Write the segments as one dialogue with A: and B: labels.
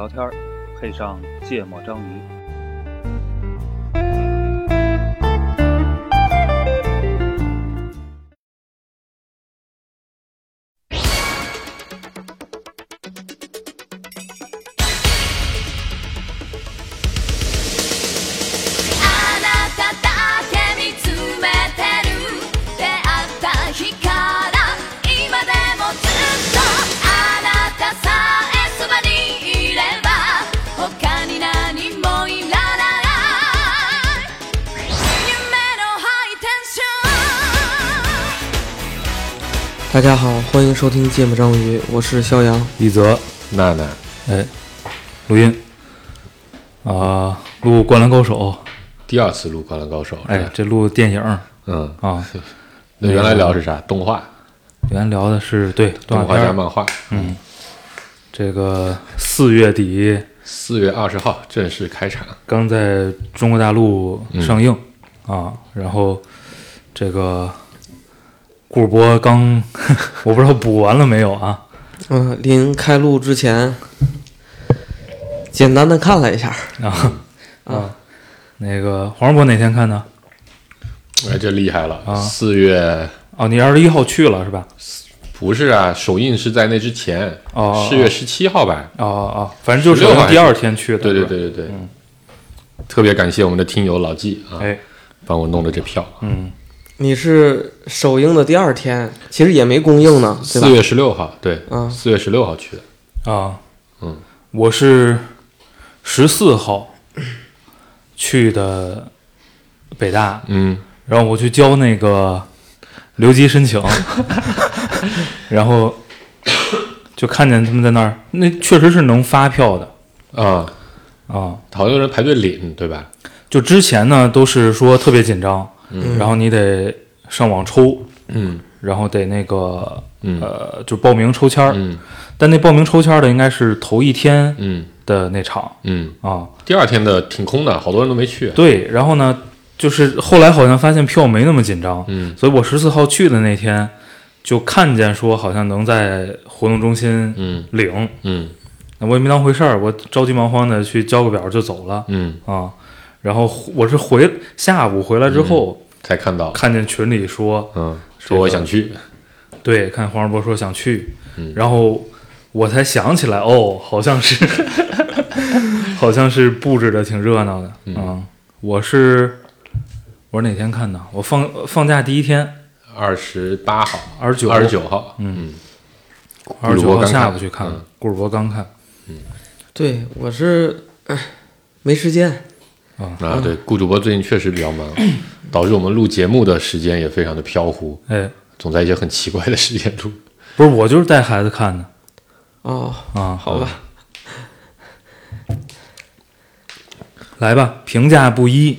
A: 聊天，配上芥末章鱼。
B: 大家好，欢迎收听芥末章鱼，我是肖阳、
C: 一泽、
D: 娜娜。
C: 录音录《灌篮高手》，
D: 第二次录《灌篮高手》。
C: 这录电影。
D: 那原来聊是啥？动画。
C: 原来聊的是
D: 动画加漫画。
C: 这个4月底
D: ，4月20号正式开场，
C: 刚在中国大陆上映然后这个顾世博刚我不知道补完了没有啊？
B: 临开录之前简单的看了一下
C: 那个黄世博哪天看的？
D: 这厉害了！4月
C: 你21号去了是吧？
D: 不是啊，首映是在那之前，4月17号吧？
C: 反正就是第二天去的。
D: 对，特别感谢我们的听友老纪帮我弄的这票。
B: 你是首映的第二天，其实也没公映呢，对吧？4
D: 月16号，对，4月16号去的。
C: 我是14号去的北大，然后我去交那个留级申请，然后就看见他们在那儿，那确实是能发票的
D: 好像有人排队领，对吧？
C: 就之前呢都是说特别紧张，然后你得上网抽，然后得那个就报名抽签但那报名抽签的应该是头一天的那场，
D: 第二天的挺空的，好多人都没去。
C: 对，然后呢，就是后来好像发现票没那么紧张，所以我14号去的那天就看见说好像能在活动中心领，我也没当回事儿，我着急忙慌的去交个表就走了，然后我是下午回来之后
D: 才看
C: 见群里说，
D: 说我想去，
C: 对，看黄世博说想去，然后我才想起来，好像是好像是布置的挺热闹的，我是哪天看的？我放假第一天
D: 28号、
C: 29号，29号下午去看，顾世博刚看，
B: 对，我是没时间。
D: 对，顾主播最近确实比较忙，导致我们录节目的时间也非常的飘忽，总在一些很奇怪的时间录。
C: 不是，我就是带孩子看的。
B: 好吧。
C: 来吧，评价不一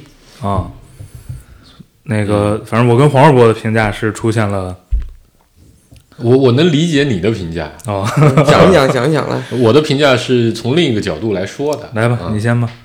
C: 那个，反正我跟黄世博的评价是出现了，
D: 我能理解你的评价
B: 讲一讲来。
D: 我的评价是从另一个角度来说的。
C: 来吧，你先吧。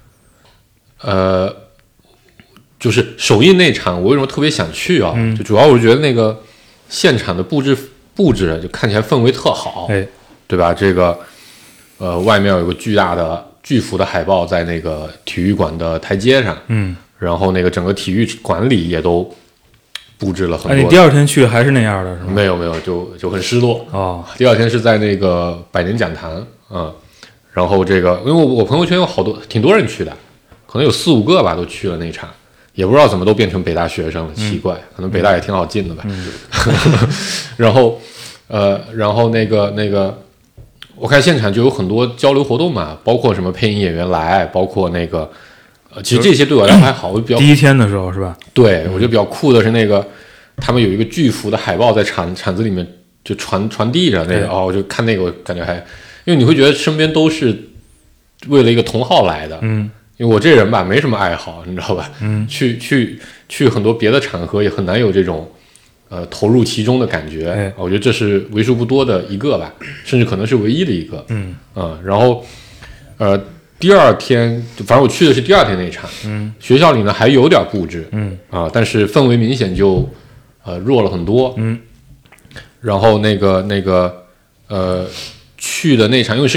D: 就是首映那场，我为什么特别想去就主要我觉得那个现场的布置就看起来氛围特好，对吧？这个外面有个巨幅的海报在那个体育馆的台阶上，然后那个整个体育馆里也都布置了很多。
C: 你第二天去还是那样的是吗？
D: 没有，就很失落第二天是在那个百年讲坛然后这个因为我朋友圈有挺多人去的，可能有4-5个吧，都去了那场，也不知道怎么都变成北大学生了，奇怪，可能北大也挺好进的吧。然后那个，我看现场就有很多交流活动嘛，包括什么配音演员来，包括那个其实这些对我来说还好，我比较
C: 第一天的时候是吧？
D: 对，我觉得比较酷的是那个他们有一个巨幅的海报在场子里面就传递着那个我就看那个我感觉还，因为你会觉得身边都是为了一个同好来的，因为我这人吧没什么爱好，你知道吧？去很多别的场合也很难有这种投入其中的感觉，我觉得这是为数不多的一个吧，甚至可能是唯一的一个。然后第二天反正我去的是第二天那一场，学校里呢还有点布置，但是氛围明显就弱了很多，然后那个去的那场，因为是个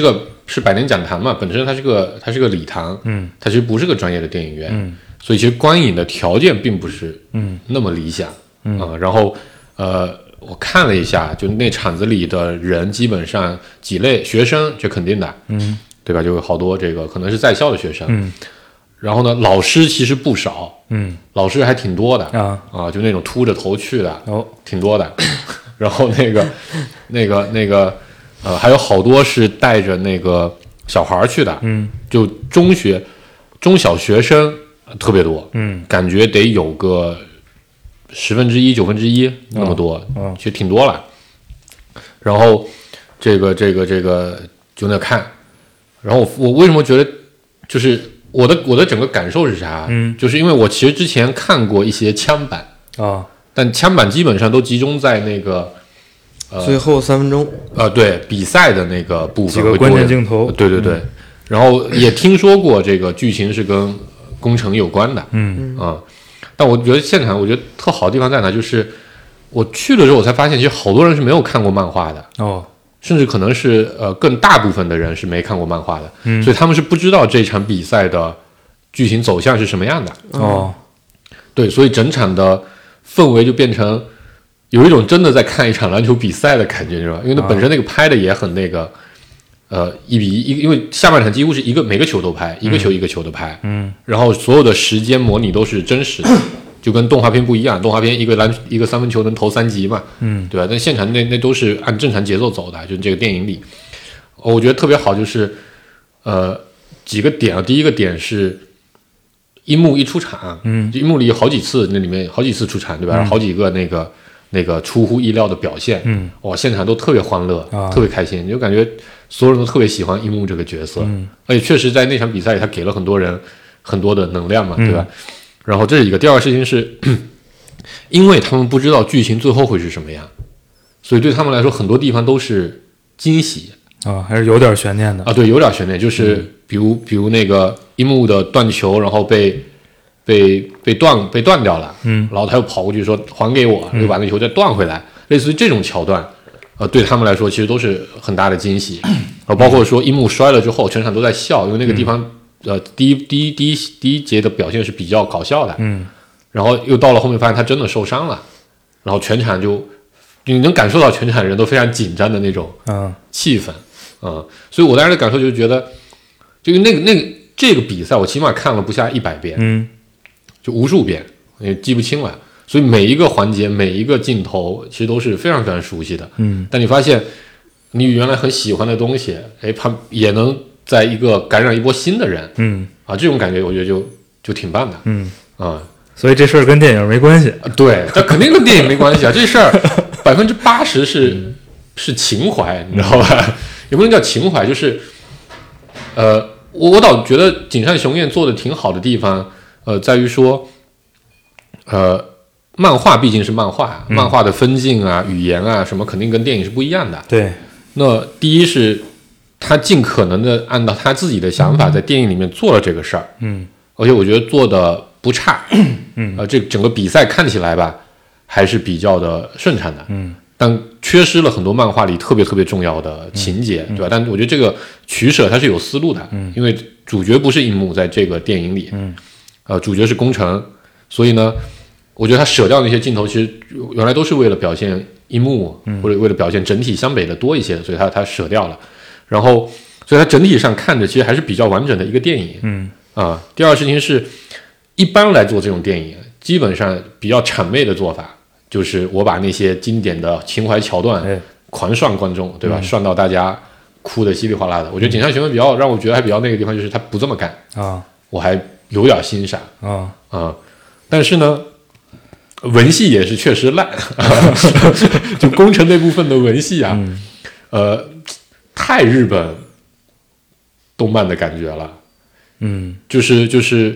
D: 是百年讲坛嘛，本身它是个礼堂，它其实不是个专业的电影院，所以其实观影的条件并不是那么理想然后我看了一下，就那场子里的人基本上几类学生，这肯定的，对吧？就有好多这个可能是在校的学生，然后呢，老师其实不少，老师还挺多的就那种秃着头去的，挺多的。然后那个还有好多是带着那个小孩去的，就中小学生特别多，感觉得有个1/10、1/9那么多，其实挺多了。然后这个就那看，然后我为什么觉得就是我的整个感受是啥？就是因为我其实之前看过一些枪版但枪版基本上都集中在那个
B: 最后3分钟
D: 对比赛的那个部分，
C: 几个关键镜头，
D: 对，然后也听说过这个剧情是跟工程有关的，但我觉得现场我觉得特好的地方在哪，就是我去了之后我才发现，其实好多人是没有看过漫画的甚至可能是更大部分的人是没看过漫画的，所以他们是不知道这场比赛的剧情走向是什么样的对，所以整场的氛围就变成有一种真的在看一场篮球比赛的感觉，是吧？因为它本身那个拍的也很那个1比1，因为下半场几乎是每个球都拍，一个球一个球的拍，然后所有的时间模拟都是真实的，就跟动画片不一样，动画片一个3分球能投3级嘛，对吧？但现场那都是按正常节奏走的，就这个电影里，我觉得特别好，就是几个点第一个点是樱木一出场，樱木里有好几次，那里面好几次出场，对吧？然后好几个那个出乎意料的表现，现场都特别欢乐，特别开心，你就感觉所有人都特别喜欢樱木这个角色，而且确实在那场比赛里，他给了很多人很多的能量嘛，对吧？然后这是一个，第二个事情是，因为他们不知道剧情最后会是什么样，所以对他们来说很多地方都是惊喜
C: 还是有点悬念的
D: 对，有点悬念，就是比如那个樱木的断球，然后被断掉了，然后他又跑过去说还给我，又把那球再断回来，类似于这种桥段，对他们来说其实都是很大的惊喜。然后包括说樱木摔了之后，全场都在笑，因为那个地方第一节的表现是比较搞笑的，然后又到了后面发现他真的受伤了，然后全场就你能感受到全场人都非常紧张的那种气氛，所以我当时的感受就是觉得，就这个比赛我起码看了不下100遍，就无数遍，也记不清了。所以每一个环节、每一个镜头，其实都是非常非常熟悉的。但你发现，你原来很喜欢的东西，它也能在一个感染一波新的人，这种感觉我觉得就挺棒的，
C: 所以这事儿跟电影没关系。
D: 对，这肯定跟电影没关系啊，这事儿80%是情怀，你知道吧？也不能叫情怀，就是我倒觉得井上雄彦做的挺好的地方，在于说，漫画毕竟是漫画，漫画的分镜啊、语言啊什么，肯定跟电影是不一样的。
C: 对，
D: 那第一是他尽可能的按照他自己的想法在电影里面做了这个事儿，而且我觉得做的不差，这整个比赛看起来吧，还是比较的顺畅的，但缺失了很多漫画里特别特别重要的情节，对吧？但我觉得这个取舍它是有思路的，因为主角不是樱木在这个电影里，主角是宫城，所以呢，我觉得他舍掉那些镜头，其实原来都是为了表现樱木，或者为了表现整体湘北的多一些，所以他舍掉了。然后，所以他整体上看着其实还是比较完整的一个电影。第二个事情是，一般来做这种电影，基本上比较谄媚的做法，就是我把那些经典的情怀桥段狂涮观众，对吧？涮到大家哭得稀里哗啦的。我觉得井上雄彦比较让我觉得还比较那个地方，就是他不这么干我还有点欣赏但是呢，文戏也是确实烂，就工程那部分的文戏啊，太日本动漫的感觉了，就是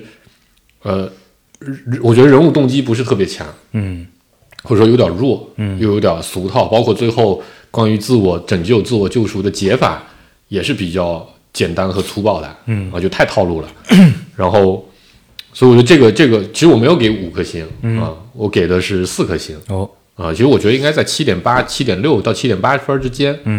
D: 我觉得人物动机不是特别强，或者说有点弱，又有点俗套，包括最后关于自我拯救、自我救赎的解法也是比较简单和粗暴的，就太套路了，然后。所以我觉得这个其实我没有给5颗星我给的是4颗星其实我觉得应该在7.8、7.6到7.8分之间，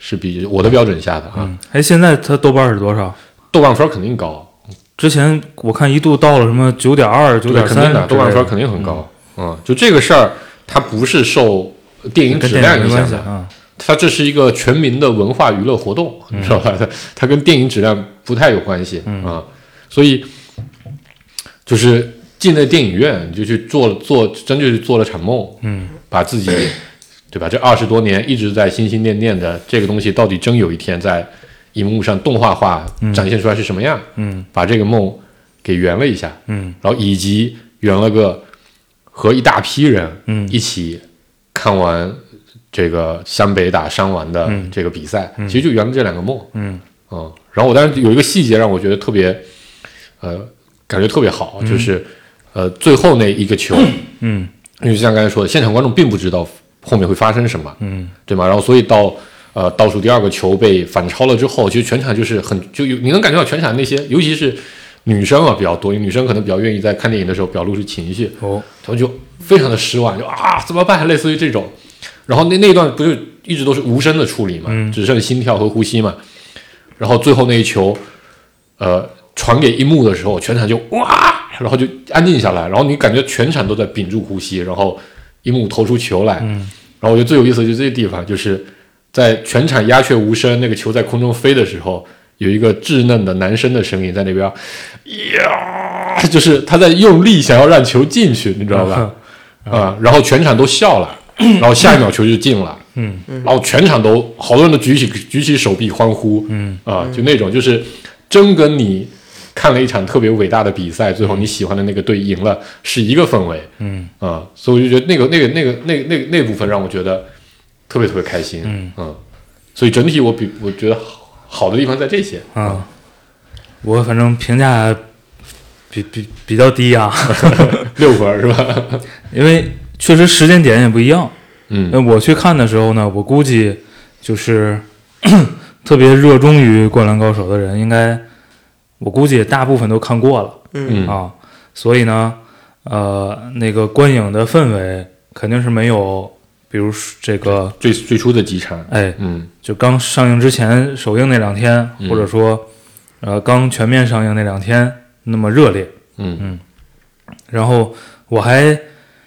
D: 是比我的标准下的啊。
C: 现在它豆瓣是多少？
D: 豆瓣分肯定高。
C: 之前我看一度到了什么9.2、9.3，
D: 肯定的，豆瓣分肯定很高。就这个事儿，它不是受电影质量影响的，它这是一个全民的文化娱乐活动，你知道吧？它跟电影质量不太有关系啊。所以就是进了电影院，你就去真就是做了场梦，把自己，对吧？这20多年一直在心心念念的这个东西，到底真有一天在荧幕上动画化展现出来是什么样？把这个梦给圆了一下，然后以及圆了个和一大批人一起看完这个湘北打山王的这个比赛，其实就圆了这2个梦。然后我当时有一个细节让我觉得特别，感觉特别好，就是最后那一个球，因为像刚才说的，现场观众并不知道后面会发生什么，对吗？然后所以到倒数第2个球被反超了之后，其实全场就是你能感觉到全场那些，尤其是女生比较多，因为女生可能比较愿意在看电影的时候表露出情绪，他们就非常的失望，就怎么办？类似于这种。然后那一段不就一直都是无声的处理嘛，只剩心跳和呼吸嘛。然后最后那一球，传给樱木的时候，全场就哇，然后就安静下来，然后你感觉全场都在屏住呼吸，然后樱木投出球来，然后我觉得最有意思的就是这个地方，就是在全场鸦雀无声，那个球在空中飞的时候，有一个稚嫩的男生的声音在那边，呀，就是他在用力想要让球进去，你知道吧？然后全场都笑了，然后下一秒球就进了，然后全场都好多人都举起手臂欢呼，就那种就是真跟你看了一场特别伟大的比赛，最后你喜欢的那个队赢了是一个氛围，所以我就觉得那部分让我觉得特别特别开心，所以整体我觉得好的地方在这些
C: 我反正评价比较低啊
D: ，6分是吧？
C: 因为确实时间点也不一样。我去看的时候呢，我估计就是特别热衷于《灌篮高手》的人，应该我估计大部分都看过了，所以呢，那个观影的氛围肯定是没有，比如这个
D: 最初的几场，
C: 就刚上映之前首映那2天，或者说刚全面上映那2天那么热烈，然后我还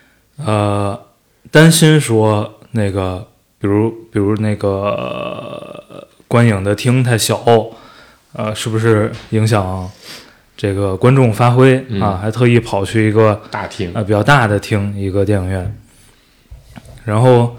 C: 担心说那个比如那个观影的厅太小，是不是影响这个观众发挥还特意跑去一个
D: 大厅
C: 比较大的厅，一个电影院。然后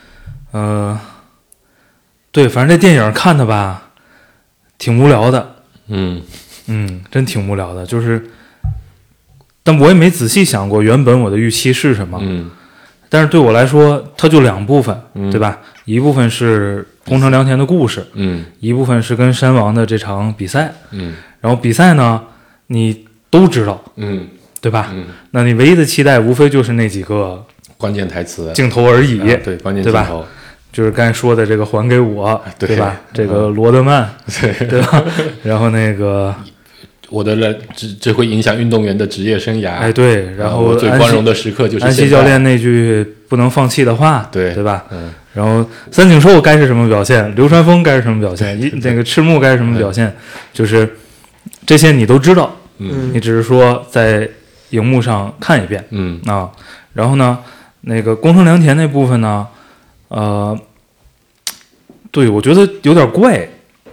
C: 对，反正这电影看的吧挺无聊的，真挺无聊的，就是但我也没仔细想过原本我的预期是什么，但是对我来说它就2部分，对吧？一部分是宫城良田的故事，一部分是跟山王的这场比赛，然后比赛呢你都知道，对吧？那你唯一的期待无非就是那几个
D: 关键台词
C: 镜头而已，
D: 对，关键镜头，
C: 对吧？就是刚才说的这个还给我，对吧？这个罗德曼，对吧？然后那个
D: 我的这会影响运动员的职业生涯，
C: 对，然后
D: 我最光荣的时刻就是
C: 安西教练那句不能放弃的话，
D: 对
C: 吧？然后三井寿该是什么表现，流川枫该是什么表现，那个赤木该是什么表现，就是这些你都知道，你只是说在荧幕上看一遍，然后呢，那个宫城良田那部分呢，对，我觉得有点怪，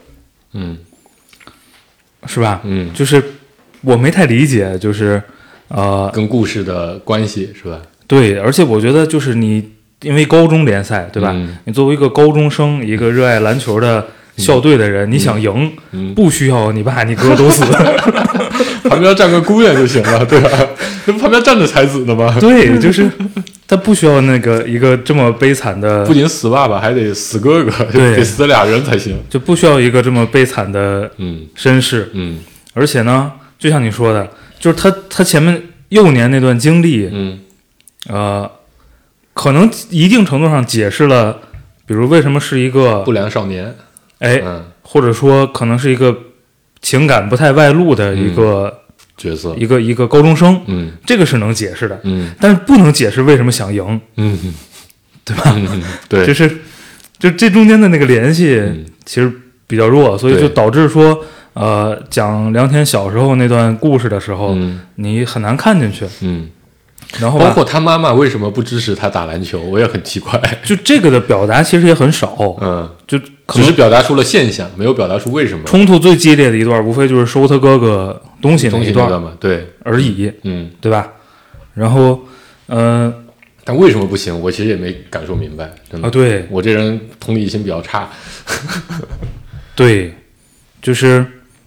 C: 是吧？就是我没太理解，就是
D: 跟故事的关系是吧？
C: 对，而且我觉得就是你因为高中联赛，对吧？你作为一个高中生，一个热爱篮球的校队的人，你想赢，不需要你爸你哥都死，
D: 旁边站个姑娘就行了，对吧？那旁边站着才子的吗？
C: 对，就是他不需要那个一个这么悲惨的，
D: 不仅死爸爸，还得死哥哥，
C: 对，
D: 得死俩人才行，
C: 就不需要一个这么悲惨的身世，而且呢，就像你说的，就是他前面幼年那段经历，可能一定程度上解释了，比如为什么是一个
D: 不良少年，
C: 或者说可能是一个情感不太外露的一个
D: 角色，
C: 一个高中生，这个是能解释的，但是不能解释为什么想赢，对吧？
D: 对，
C: 就是就这中间的那个联系其实比较弱，所以就导致说讲梁天小时候那段故事的时候，你很难看进去。然后
D: 包括他妈妈为什么不支持他打篮球，我也很奇怪。
C: 就这个的表达其实也很少，就
D: 只是表达出了现象，没有表达出为什么。
C: 冲突最激烈的一段，无非就是收他哥哥东西那一段
D: 嘛，对
C: 而已，对吧？然后，
D: 但为什么不行？我其实也没感受明白，真的。
C: 对，
D: 我这人同理心比较差。
C: 对，就是，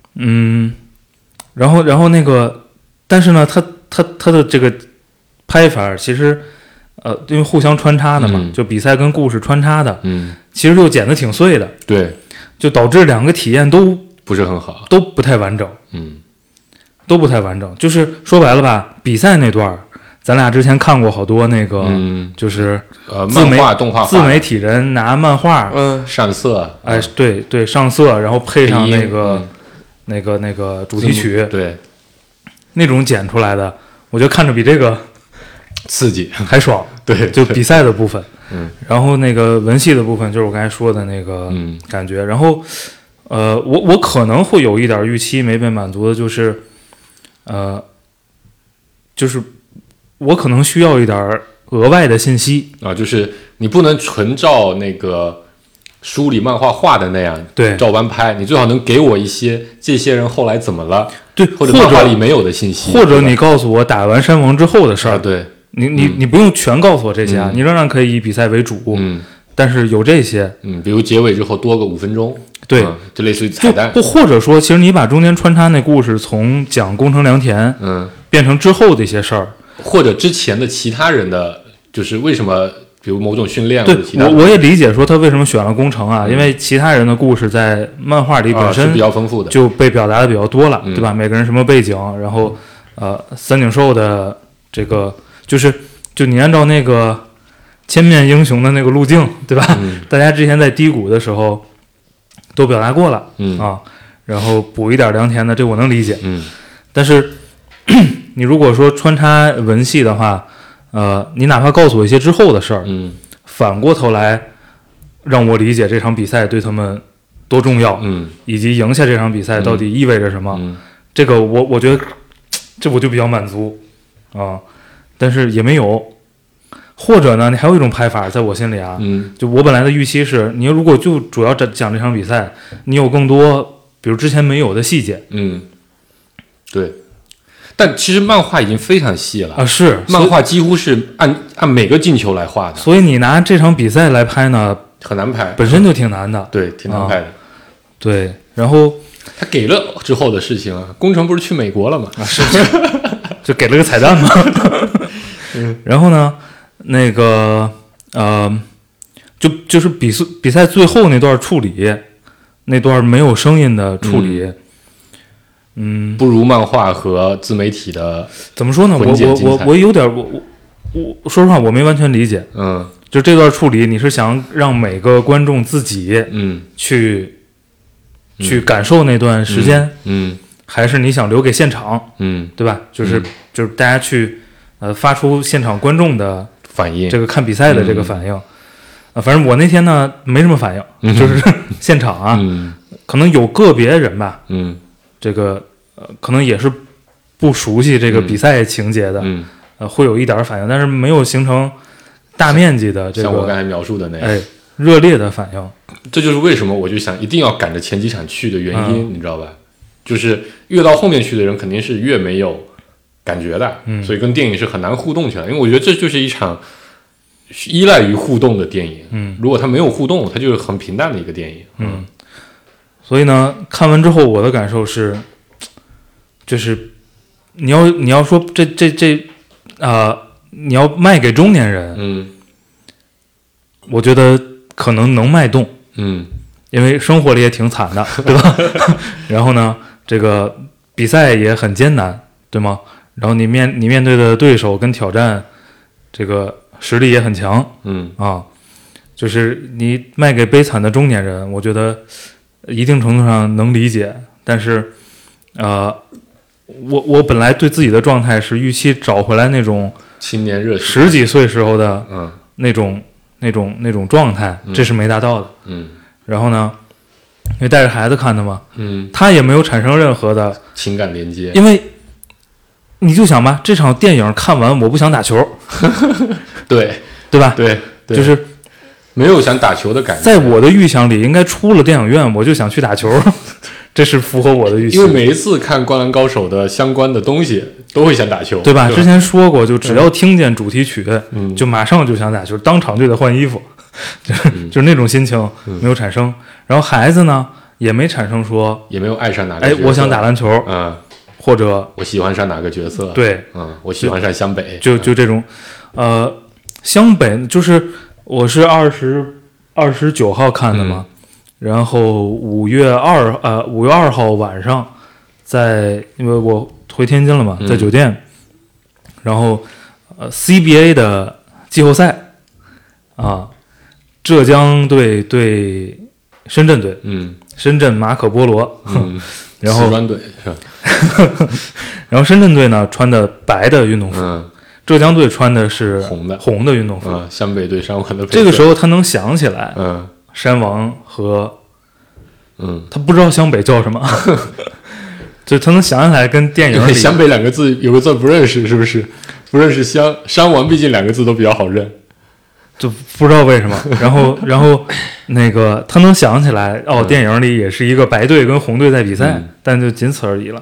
C: 然后那个，但是呢，他的这个拍法其实，因为互相穿插的嘛，就比赛跟故事穿插的，其实就剪得挺碎的，
D: 对，
C: 就导致两个体验都
D: 不是很好，
C: 都不太完整，都不太完整。就是说白了吧，比赛那段咱俩之前看过好多那个，就是
D: 漫画、动画、
C: 自媒体人拿漫画，
D: 上色，
C: 哎，对，上色，然后配上那个主题曲，
D: 对，
C: 那种剪出来的，我觉得看着比这个
D: 刺激
C: 还爽。
D: 对，
C: 就比赛的部分，然后那个文戏的部分，就是我刚才说的那个感觉。然后，我可能会有一点预期没被满足的，就是我可能需要一点额外的信息
D: 啊，就是你不能纯照那个书里漫画画的那样，
C: 对，
D: 照搬拍，你最好能给我一些这些人后来怎么了，
C: 对，
D: 或者漫画里没有的信息，
C: 或者你告诉我打完山王之后的事儿，
D: 对。
C: 你不用全告诉我这些啊，你仍然可以以比赛为主，但是有这些，
D: 比如结尾之后多个5分钟，
C: 对，
D: 就类似于彩蛋，
C: 不或者说，其实你把中间穿插那故事从讲宫城良田，变成之后的一些事儿，
D: 或者之前的其他人的，就是为什么，比如某种训练，
C: 对，我也理解说他为什么选了宫城啊，因为其他人的故事在漫画里本身
D: 是比较丰富的，
C: 就被表达的比较多了，对吧？每个人什么背景，然后三井寿的这个。就你按照那个千面英雄的那个路径，对吧？大家之前在低谷的时候都表达过了，然后补一点良田的，这我能理解，但是你如果说穿插文戏的话，你哪怕告诉我一些之后的事儿，反过头来让我理解这场比赛对他们多重要，以及赢下这场比赛到底意味着什么，这个我觉得这我就比较满足啊。但是也没有，或者呢，你还有一种拍法，在我心里啊，就我本来的预期是，你如果就主要讲这场比赛，你有更多，比如之前没有的细节，
D: 对。但其实漫画已经非常细了啊，
C: 是
D: 漫画几乎是按每个进球来画的，
C: 所以你拿这场比赛来拍呢，
D: 很难拍，
C: 本身就挺难的，
D: 对，挺难拍的，
C: 对。然后
D: 他给了之后的事情啊，宫城不是去美国了吗？
C: 是。就给了个彩蛋嘛，然后呢，那个就是比赛最后那段处理，那段没有声音的处理，
D: 不如漫画和自媒体的
C: 怎么说呢？我有点我说实话我没完全理解，就这段处理，你是想让每个观众自己去感受那段时间，还是你想留给现场，对吧？就是大家去发出现场观众的
D: 反应，
C: 这个看比赛的这个反应，反正我那天呢没什么反应，就是现场啊，可能有个别人吧，这个可能也是不熟悉这个比赛情节的，会有一点反应，但是没有形成大面积的这个
D: 像我刚才描述的那样，
C: 热烈的反应。
D: 这就是为什么我就想一定要赶着前几场去的原因，你知道吧？就是越到后面去的人肯定是越没有感觉的，所以跟电影是很难互动起来。因为我觉得这就是一场依赖于互动的电影，如果它没有互动，它就是很平淡的一个电影，
C: 所以呢，看完之后我的感受是，就是你要说你要卖给中年人，我觉得可能能脉动，因为生活里也挺惨的，对吧？然后呢，这个比赛也很艰难，对吗？然后你面对的对手跟挑战，这个实力也很强，就是你卖给悲惨的中年人，我觉得一定程度上能理解。但是，我本来对自己的状态是预期找回来那种
D: 青年热血
C: 10几岁时候的那种那种状态，这是没达到的。然后呢，因为带着孩子看的嘛，他也没有产生任何的
D: 情感连接，
C: 因为你就想吧，这场电影看完我不想打球，对吧？
D: 对，
C: 就是
D: 没有想打球的感觉。
C: 在我的预想里，应该出了电影院我就想去打球，这是符合我的预期。
D: 因为每一次看《灌篮高手》的相关的东西，都会想打球，
C: 对吧？之前说过，就只要听见主题曲，就马上就想打球，当场就得换衣服，就是那种心情没有产生。然后孩子呢，也没产生说，
D: 也没有爱上哪个角色，
C: 我想打篮球，或者
D: 我喜欢上哪个角色，
C: 对，
D: 我喜欢上湘北，
C: 就这种，湘北就是我是29号看的嘛，然后5月2号晚上，因为我回天津了嘛，在酒店，然后CBA 的季后赛浙江队对深圳队，深圳马可波罗，然后
D: 四川队是吧？
C: 然后深圳队呢穿的白的运动服，浙江队穿的是红的运动服。
D: 湘北对山王的配色。
C: 这个时候他能想起来，山王和他不知道湘北叫什么，就他能想起来跟电影里
D: 湘北两个字有个字不认识，是不是？不认识山王，毕竟两个字都比较好认。
C: 就不知道为什么，然后那个他能想起来，电影里也是一个白队跟红队在比赛，但就仅此而已了。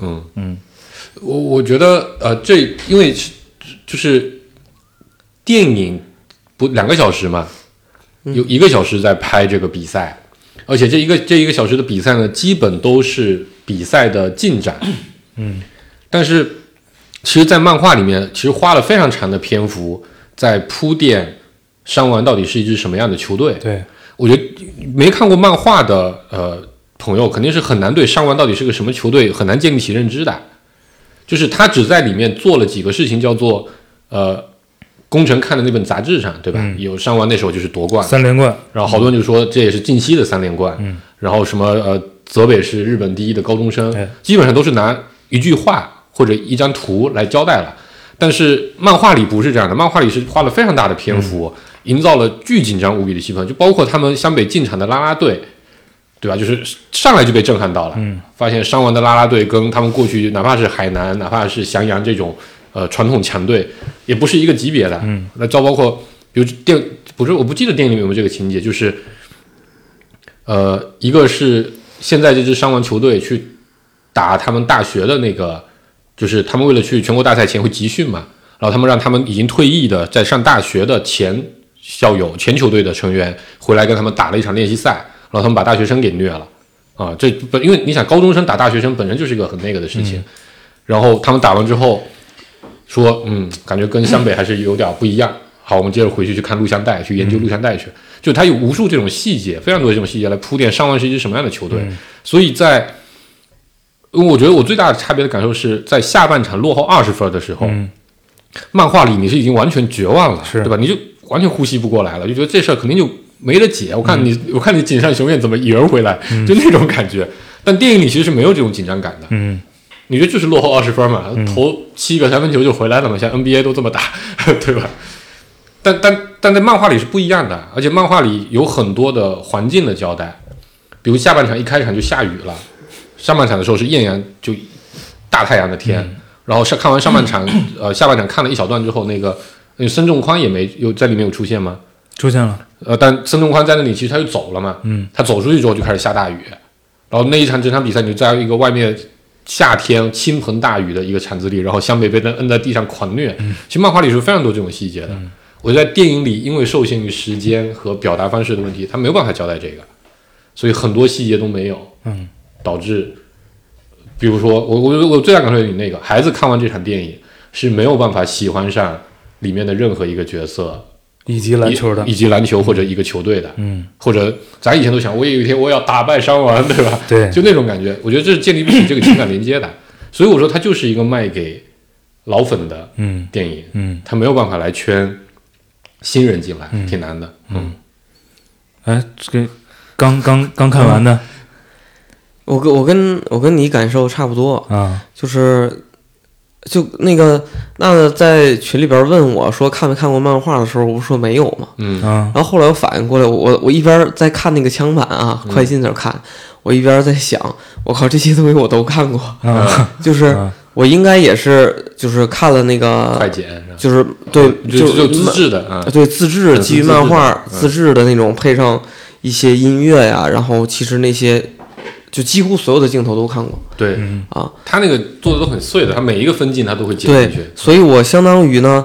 D: 我觉得这因为就是电影不2个小时嘛，有1个小时在拍这个比赛，而且这一个小时的比赛呢，基本都是比赛的进展。但是其实，在漫画里面，其实花了非常长的篇幅在铺垫山王到底是一支什么样的球队。
C: 对，
D: 我觉得没看过漫画的朋友肯定是很难对山王到底是个什么球队很难建立起认知的。就是他只在里面做了几个事情，叫做宫城看的那本杂志上，对吧？有山王那时候就是夺冠
C: 3连冠，
D: 然后好多人就说这也是近期的3连冠。然后什么泽北是日本第一的高中生，基本上都是拿一句话或者一张图来交代了。但是漫画里不是这样的，漫画里是花了非常大的篇幅，营造了巨紧张无比的气氛，就包括他们湘北进场的啦啦队，对吧？就是上来就被震撼到了，发现山王的啦啦队跟他们过去哪怕是海南，哪怕是翔阳这种传统强队，也不是一个级别的。那包括比如我不记得电影里面有没有这个情节，就是一个是现在这支山王球队去打他们大学的那个。就是他们为了去全国大赛前会集训嘛，然后他们让他们已经退役的在上大学的前校友、前球队的成员回来跟他们打了一场练习赛，然后他们把大学生给虐了因为你想高中生打大学生本身就是一个很那个的事情，然后他们打完之后说感觉跟湘北还是有点不一样，好，我们接着回去看录像带，去研究录像带去，就他有无数这种细节，非常多的这种细节来铺垫山王是一支什么样的球队，所以我觉得我最大的差别的感受是在下半场落后20分的时候，漫画里你是已经完全绝望了，对吧？你就完全呼吸不过来了，就觉得这事儿肯定就没得解。我看你井上雄彦怎么赢回来，就那种感觉。但电影里其实是没有这种紧张感的，你觉得就是落后20分嘛，投7个3分球就回来了嘛，像 NBA 都这么打，对吧？但在漫画里是不一样的，而且漫画里有很多的环境的交代，比如下半场一开场就下雨了。上半场的时候是艳阳，就大太阳的天，然后看完上半场，下半场看了一小段之后，那个孙仲宽也在里面有出现吗？
C: 出现了。
D: 但孙仲宽在那里其实他就走了嘛，他走出去之后就开始下大雨，然后整场比赛你就在一个外面夏天倾盆大雨的一个场子里，然后湘北被摁在地上狂虐。其实漫画里是非常多这种细节的，我在电影里因为受限于时间和表达方式的问题，他没有办法交代这个，所以很多细节都没有。导致，比如说我最大感受于那个孩子看完这场电影是没有办法喜欢上里面的任何一个角色，以及篮球或者一个球队的，或者咱以前都想，我有一天我要打败山王，对吧？
C: 对，
D: 就那种感觉，我觉得这是建立不起这个情感连接的，所以我说它就是一个卖给老粉的电影，它没有办法来圈新人进来，挺难的。
C: 这个刚看完的。
B: 我跟你感受差不多啊，就是就那个娜在群里边问我说看没看过漫画的时候，我说没有嘛。然后后来我反应过来，我一边在看那个枪版啊，快进那看，我一边在想，我靠，这些东西我都看过，就是我应该也是就是看了那个
D: 快剪，
B: 就是对，
D: 就自制的，
B: 对，自制基于漫画自制的那种，配上一些音乐呀，然后其实那些。就几乎所有的镜头都看过，
D: 对他那个做的都很碎的，他每一个分镜他都会剪进去，
B: 对，所以我相当于呢，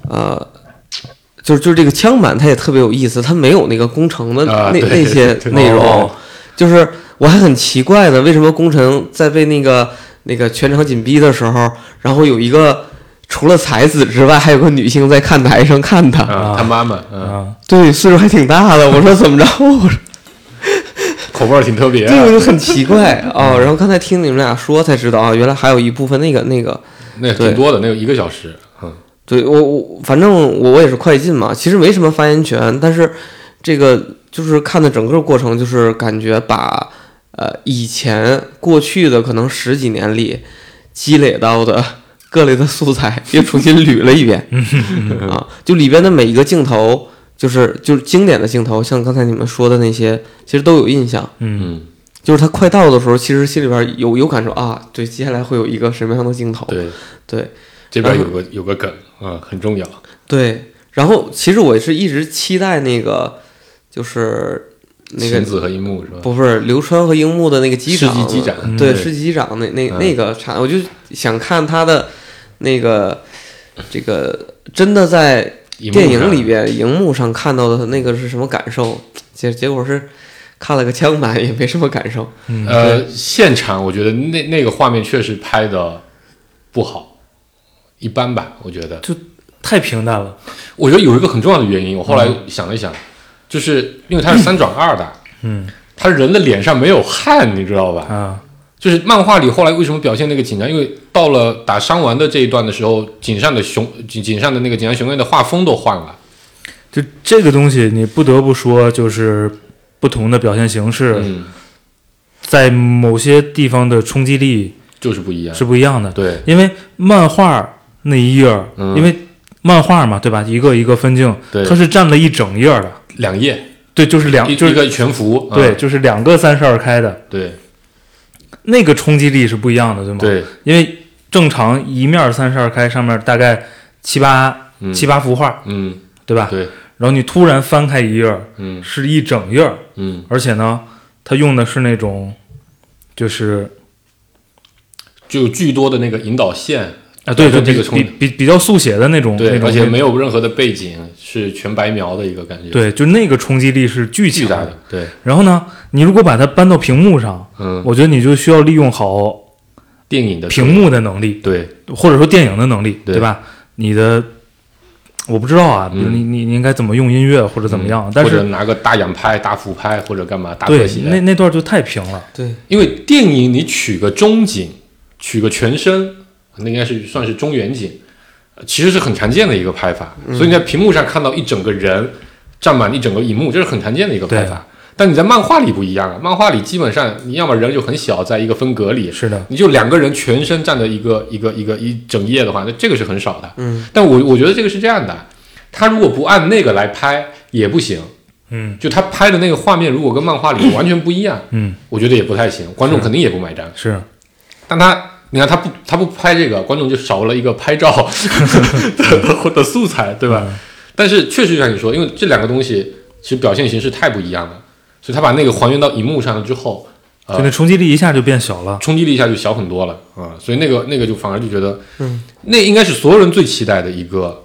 B: 就是这个枪版它也特别有意思，它没有那个工程的那些内容，就是我还很奇怪呢，为什么工程在被那个全场紧逼的时候，然后有一个除了才子之外，还有个女性在看台上看他，
D: 他妈妈，
B: 对，岁数还挺大的，我说怎么着，我说。
D: 口味挺特别，
B: 对，我就很奇怪哦。然后刚才听你们俩说才知道啊，原来还有一部分那
D: 挺多的，那有1个小时。
B: 对我反正我也是快进嘛，其实没什么发言权，但是这个就是看的整个过程，就是感觉把以前过去的可能10几年里积累到的各类的素材又重新捋了一遍啊，就里边的每一个镜头。就是经典的镜头，像刚才你们说的那些，其实都有印象。就是他快到的时候，其实心里边有感受啊，对，接下来会有一个什么样的镜头？对，
D: 这边有个梗啊，很重要。
B: 对，然后其实我是一直期待那个，就是那个
D: 晴子和樱木是吧？
B: 不是流川和樱木的那个机长，
D: 世纪机长，
B: 对，世纪机长那个场，我就想看他的那个这个真的在。电影里边荧幕上看到的那个是什么感受？结果是看了个枪版，也没什么感受。
D: 现场我觉得那个画面确实拍的不好，一般吧，我觉得
C: 就太平淡了。
D: 我觉得有一个很重要的原因，我后来想了一想，就是因为它是3:2的，他人的脸上没有汗，你知道吧？就是漫画里后来为什么表现那个紧张？因为到了打伤完的这一段的时候，井上的那个井上雄彦的画风都换了。
C: 就这个东西，你不得不说，就是不同的表现形式，在某些地方的冲击力
D: 就是不一样，
C: 是不一样的。
D: 对，
C: 因为漫画那一页，因为漫画嘛，对吧？一个一个分镜，它是占了一整页的
D: ，2页。
C: 对，就是
D: 一个全幅，
C: 对，就是2个32开的，
D: 对。
C: 那个冲击力是不一样的，对吗？
D: 对，
C: 因为正常一面32开，上面大概七八幅画，对吧？
D: 对。
C: 然后你突然翻开一页，是一整页，而且呢，它用的是那种，就
D: 有巨多的那个引导线
C: 啊，对，
D: 这个
C: 比较速写的那种，
D: 对，而且没有任何的背景，是全白描的一个感觉。
C: 对，就那个冲击力是巨强
D: 的。对。
C: 然后呢，你如果把它搬到屏幕上，我觉得你就需要利用好
D: 电影的
C: 屏幕的能力，
D: 对，
C: 或者说电影的能力，对吧？你的我不知道啊，比如你应该怎么用音乐或者怎么样，但是
D: 或者拿个大仰拍、大俯拍或者干嘛大特写，
C: 那段就太平了。
B: 对，
D: 因为电影你取个中景，取个全身。那应该是算是中远景，其实是很常见的一个拍法。所以你在屏幕上看到一整个人占满一整个荧幕，这是很常见的一个拍法。但你在漫画里不一样啊，漫画里基本上你要么人就很小，在一个分格里，
C: 是的，
D: 你就2个人全身占着一整页的话，那这个是很少的。但我觉得这个是这样的，他如果不按那个来拍也不行。就他拍的那个画面如果跟漫画里完全不一样，我觉得也不太行，观众肯定也不买单。
C: 是，
D: 但你看他不拍这个，观众就少了一个拍照的素材，对吧？但是确实像你说，因为这2个东西其实表现形式太不一样了，所以他把那个还原到荧幕上了之后，
C: 就那冲击力一下就变小了，
D: 冲击力一下就小很多了啊！所以那个就反而就觉得，那应该是所有人最期待的一个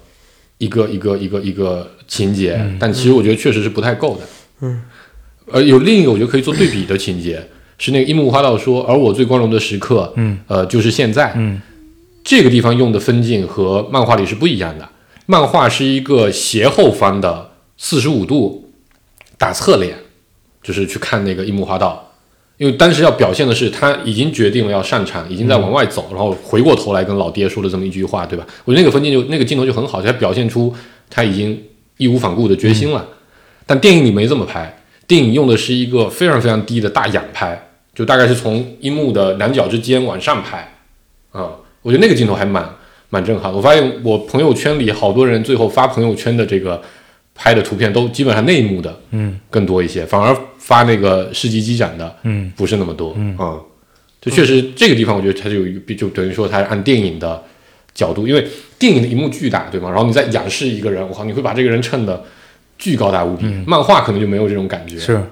D: 情节，但其实我觉得确实是不太够的。有另一个我觉得可以做对比的情节。是那个樱木花道说，而我最光荣的时刻，就是现在。这个地方用的分镜和漫画里是不一样的。漫画是一个斜后方的45度打侧脸，就是去看那个樱木花道，因为当时要表现的是他已经决定了要上场，已经在往外走，然后回过头来跟老爹说了这么一句话，对吧？我觉得那个分镜那个镜头就很好，它表现出他已经义无反顾的决心了。但电影里没这么拍，电影用的是一个非常非常低的大仰拍。就大概是从樱木的两脚之间往上拍，我觉得那个镜头还蛮蛮震撼。我发现我朋友圈里好多人最后发朋友圈的这个拍的图片都基本上内幕的，更多一些，反而发那个世纪机展的，不是那么多，就确实这个地方我觉得它就等于说它按电影的角度，因为电影的荧幕巨大，对吗？然后你再仰视一个人，我靠，你会把这个人衬得巨高大无比。漫画可能就没有这种感觉，
C: 是，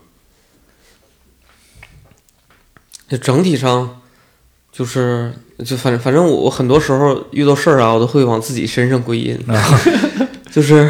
B: 就整体上就反正我很多时候遇到事儿啊，我都会往自己身上归因，就是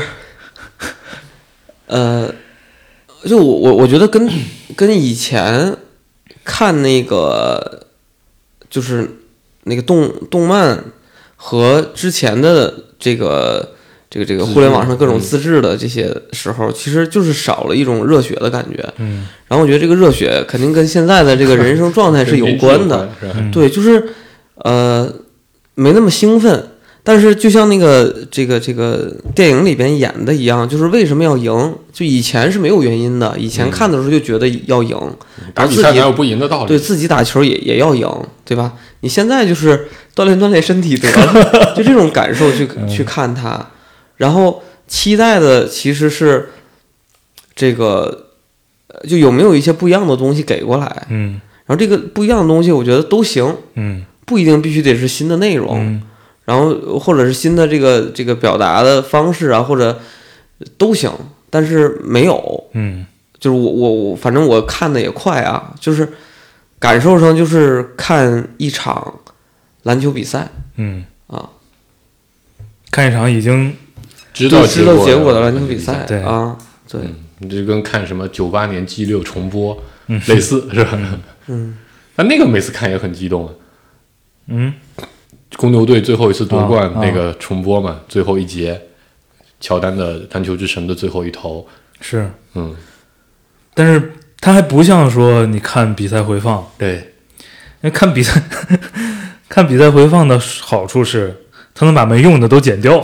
B: 就我觉得跟以前看那个就是那个动漫和之前的这个互联网上各种自制的这些时候，其实就是少了一种热血的感觉。然后我觉得这个热血肯定跟现在的这个人生状态是有关的。对，就是没那么兴奋。但是就像那个这个电影里边演的一样，就是为什么要赢？就以前是没有原因的，以前看的时候就觉得要赢，
D: 打比赛哪有不赢的道理？
B: 对自己打球也要赢，对吧？你现在就是锻炼身体得了，就这种感受去看它，然后期待的其实是这个，就有没有一些不一样的东西给过来，然后这个不一样的东西，我觉得都行，不一定必须得是新的内容。然后或者是新的这个表达的方式啊，或者都行，但是没有，就是我反正我看的也快啊，就是感受上就是看一场篮球比赛，
C: 看一场已经
D: 知道
B: 结果的篮球比赛，
C: 对
B: 啊，对，
D: 你就跟看什么98年G6重播类似是吧？但那个每次看也很激动，公牛队最后一次夺冠那个重播嘛，最后一节，乔丹的篮球之神的最后一投
C: 是，但是它还不像说你看比赛回放，
D: 对，
C: 因为看比赛回放的好处是，它能把没用的都剪掉，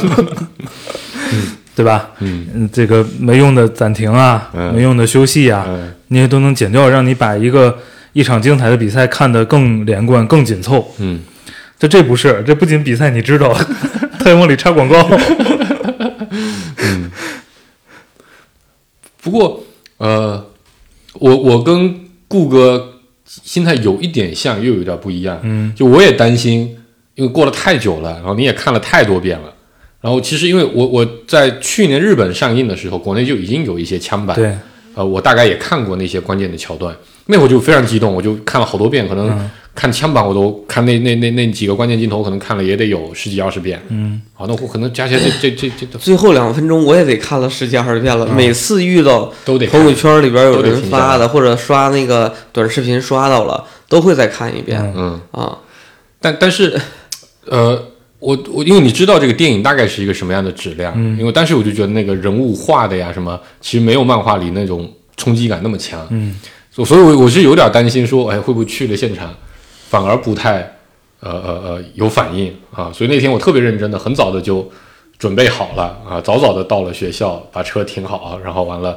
C: 对吧？这个没用的暂停啊，没用的休息啊，那些都能剪掉，让你把一场精彩的比赛看得更连贯、更紧凑。这不是，这不仅比赛你知道，它还往里插广告。
D: 不过我跟顾哥心态有一点像，又有点不一样。就我也担心，因为过了太久了，然后你也看了太多遍了。然后其实因为我在去年日本上映的时候，国内就已经有一些枪版。
C: 对。
D: 我大概也看过那些关键的桥段，那会儿就非常激动，我就看了好多遍，可能看枪版我都看那几个关键镜头，可能看了也得有10几20遍。好，那我可能加起来这
B: 最后2分钟我也得看了10几20遍了。每次遇到
D: 都得
B: 朋友圈里边有人发的，或者刷那个短视频刷到了，都会再看一遍。
D: 但是我因为你知道这个电影大概是一个什么样的质量，因为但是我就觉得那个人物画的呀什么，其实没有漫画里那种冲击感那么强，所以我是有点担心说，会不会去了现场反而不太有反应啊？所以那天我特别认真的，很早的就准备好了啊，早早的到了学校，把车停好，然后完了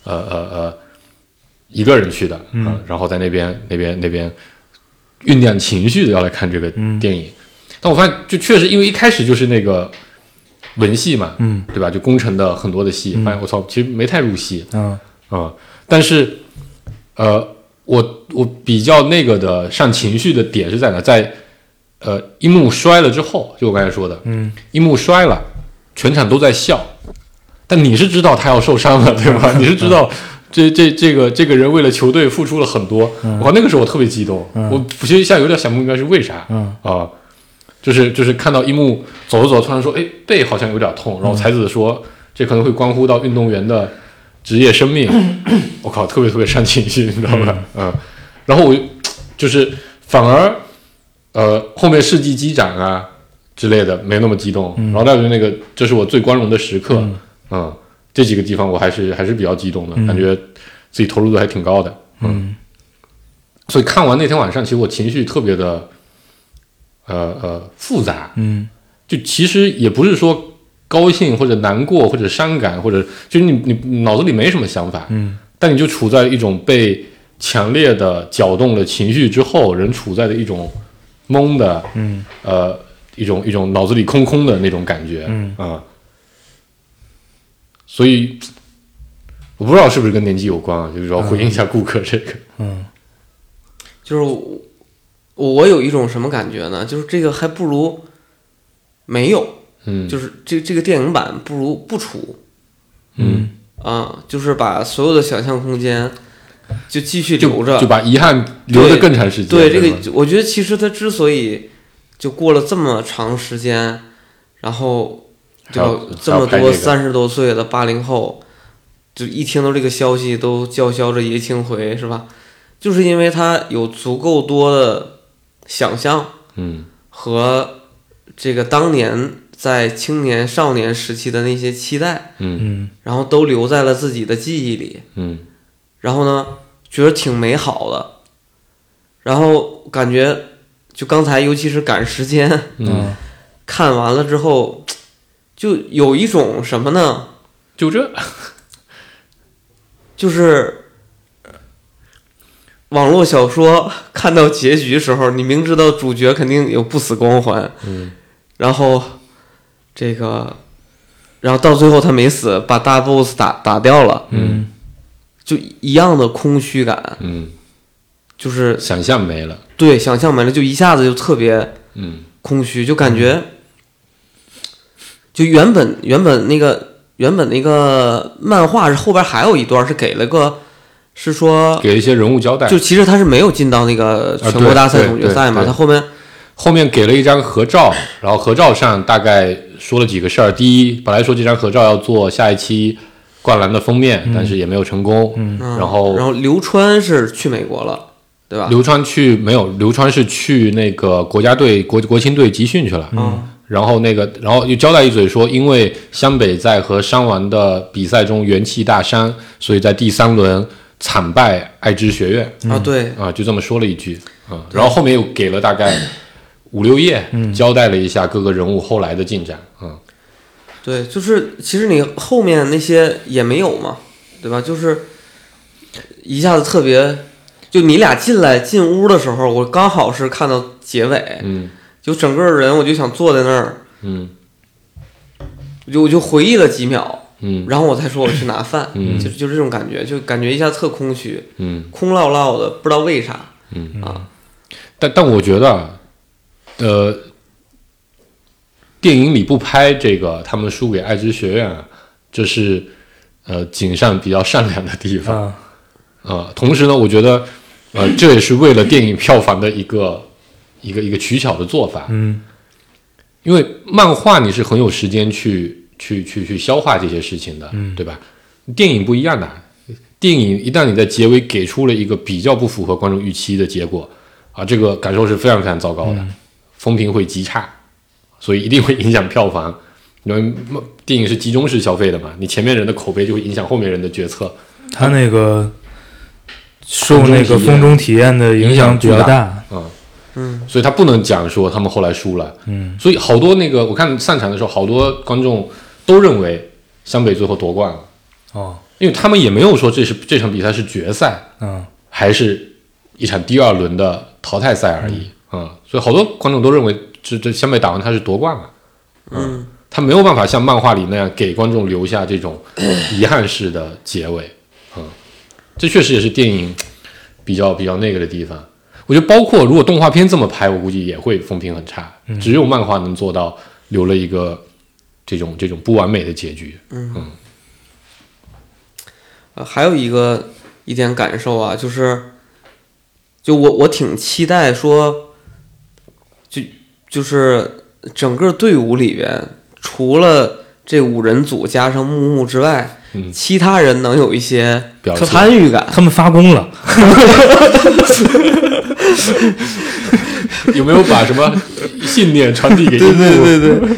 D: 一个人去的然后在那边酝酿情绪的要来看这个电影。但我发现，就确实因为一开始就是那个文戏嘛，对吧？就工程的很多的戏，发现我操，其实没太入戏，但是，我比较那个的上情绪的点是在哪？在樱木摔了之后，就我刚才说的，樱木摔了，全场都在笑，但你是知道他要受伤了，对吧？你是知道这个人为了球队付出了很多，哇，那个时候我特别激动，我其实现在有点想不明白是为啥，就是看到樱木走着走着突然说，背好像有点痛，然后才子说这可能会关乎到运动员的职业生命，我靠，特别特别上情绪，你知道吧？然后我就是反而后面世纪机长啊之类的没那么激动，然后再就那个这是我最光荣的时刻，这几个地方我还是比较激动的，感觉自己投入度还挺高的，所以看完那天晚上，其实我情绪特别的复杂，就其实也不是说高兴或者难过或者伤感，或者就是你脑子里没什么想法，但你就处在一种被强烈的搅动了情绪之后，人处在的一种懵的一种脑子里空空的那种感觉，所以我不知道是不是跟年纪有关啊，就是要回应一下顾客这个，
B: 就是我有一种什么感觉呢？就是这个还不如没有，就是这个电影版不如不出，就是把所有的想象空间就继续留着，
D: 就把遗憾留得更长时间。
B: 对这个，我觉得其实他之所以就过了这么长时间，然后就这么多30多岁的80后，就一听到这个消息都叫嚣着爷青回，是吧？就是因为他有足够多的想象，和这个当年在青年少年时期的那些期待，然后都留在了自己的记忆里，然后呢，觉得挺美好的，然后感觉就刚才尤其是赶时间，看完了之后，就有一种什么呢？就是网络小说看到结局时候，你明知道主角肯定有不死光环，然后这个，然后到最后他没死，把大 boss 打掉了，就一样的空虚感，就是
D: 想象没了，
B: 对，想象没了，就一下子就特别空虚，就感觉就原本那个漫画是后边还有一段是给了个。是说
D: 给了一些人物交代，
B: 就其实他是没有进到那个全国大赛总决赛嘛，他后面
D: 给了一张合照，然后合照上大概说了几个事儿。第一，本来说这张合照要做下一期灌篮的封面，但是也没有成功。然后
B: 流川是去美国了，对吧？
D: 流川是去那个国家队国青队集训去了。然后又交代一嘴说，因为湘北在和山王的比赛中元气大伤，所以在第3轮惨败爱知学院
B: 对
D: 就这么说了一句然后后面又给了大概5-6页，交代了一下各个人物后来的进展
B: 对，就是其实你后面那些也没有嘛，对吧？就是一下子特别，就你俩进屋的时候，我刚好是看到结尾，就整个人我就想坐在那儿，我就回忆了几秒。然后我才说我去拿饭，就是这种感觉，就感觉一下特空虚，空落落的，不知道为啥，
D: 但我觉得，电影里不拍这个他们输给爱知学院，这是井上比较善良的地方，同时呢，我觉得这也是为了电影票房的一个取巧的做法，因为漫画你是很有时间去消化这些事情的，对吧？电影不一样的，电影一旦你在结尾给出了一个比较不符合观众预期的结果这个感受是非常非常糟糕的，风评会极差，所以一定会影响票房。因为电影是集中式消费的嘛，你前面人的口碑就会影响后面人的决策。
C: 他那个受那个风中体验的影响比较大，
D: 所以他不能讲说他们后来输了，所以好多那个我看散场的时候，好多观众都认为湘北最后夺冠了，因为他们也没有说这场比赛是决赛，还是一场第2轮的淘汰赛而已，所以好多观众都认为这湘北打完他是夺冠了，他没有办法像漫画里那样给观众留下这种遗憾式的结尾，这确实也是电影比较那个的地方。我觉得包括如果动画片这么拍，我估计也会风评很差，只有漫画能做到留了一个这种不完美的结局。
B: 还有一点感受啊，就我挺期待说，就是整个队伍里边，除了这5人组加上木木之外，其他人能有一些参与感。
C: 他们发功了，
D: 有没有把什么信念传递给？
B: 对，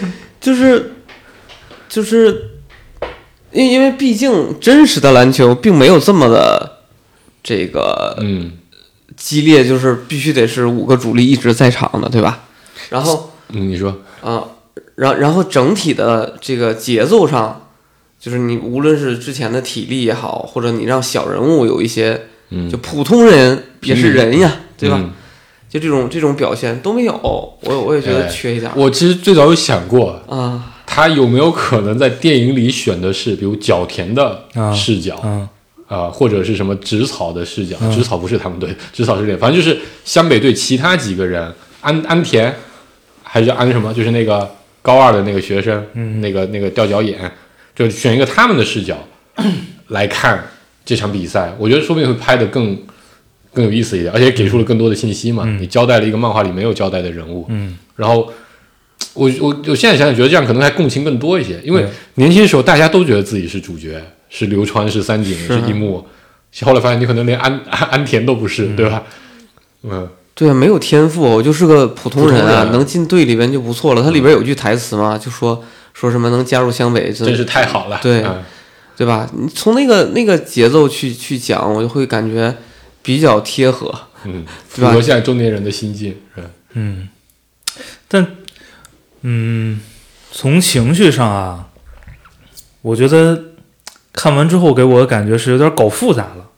B: 就是因为毕竟真实的篮球并没有这么的这个激烈，就是必须得是5个主力一直在场的，对吧？然后
D: 你说
B: 然后整体的这个节奏上，就是你无论是之前的体力也好，或者你让小人物有一些，就普通人也是人呀，对吧？ 就这种表现都没有，我也觉得缺一点。
D: 我其实最早有想过
B: 啊，
D: 他有没有可能在电影里选的是比如角田的视角或者是什么植草的视角？植草不是他们队，植草是这，反正就是湘北队其他几个人，安田还是叫安什么？就是那个高2的那个学生，那个吊脚眼，就选一个他们的视角来看这场比赛，我觉得说不定会拍得更有意思一点，而且给出了更多的信息嘛。你交代了一个漫画里没有交代的人物，然后我现在想想觉得这样可能还共情更多一些，因为年轻的时候大家都觉得自己是主角，是流川，是三井，是樱木，后来发现你可能连安田都不是，对吧？
B: 对啊，没有天赋，我就是个普通人啊，能进队里边就不错了。他里边有句台词嘛，就说什么能加入湘北，
D: 真是太好了，
B: 对，对吧？你从那个节奏去讲，我就会感觉比较贴合，
D: 符合现在中年人的心境，
C: 但从情绪上啊，我觉得看完之后给我的感觉是有点搞复杂了，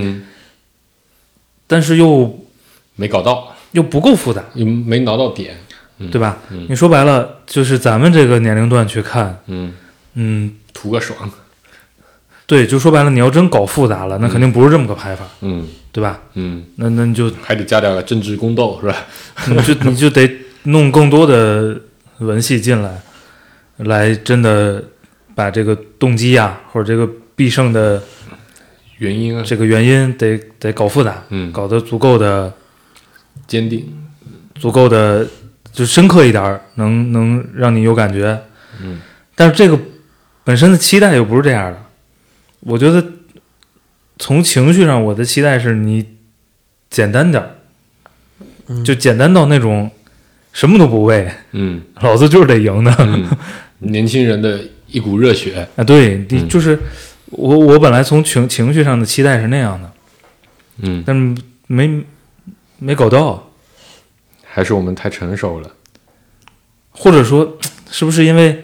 C: 但是又
D: 没搞到，
C: 又不够复杂，
D: 又没挠到点，
C: 对吧？你说白了就是咱们这个年龄段去看，
D: 图个爽，
C: 对，就说白了，你要真搞复杂了，那肯定不是这么个拍法，对吧？那你就
D: 还得加点政治宫斗，是吧？
C: 你就得弄更多的文戏进来真的把这个动机啊，或者这个必胜的
D: 原因啊，
C: 这个原因得搞复杂，搞得足够的
D: 坚定，
C: 足够的就深刻一点，能让你有感觉。但是这个本身的期待又不是这样的。我觉得从情绪上，我的期待是你简单点，就简单到那种什么都不为，老子就是得赢的，
D: 年轻人的一股热血
C: 啊！对，你就是我本来从情绪上的期待是那样的，但是没搞到，
D: 还是我们太成熟了，
C: 或者说是不是因为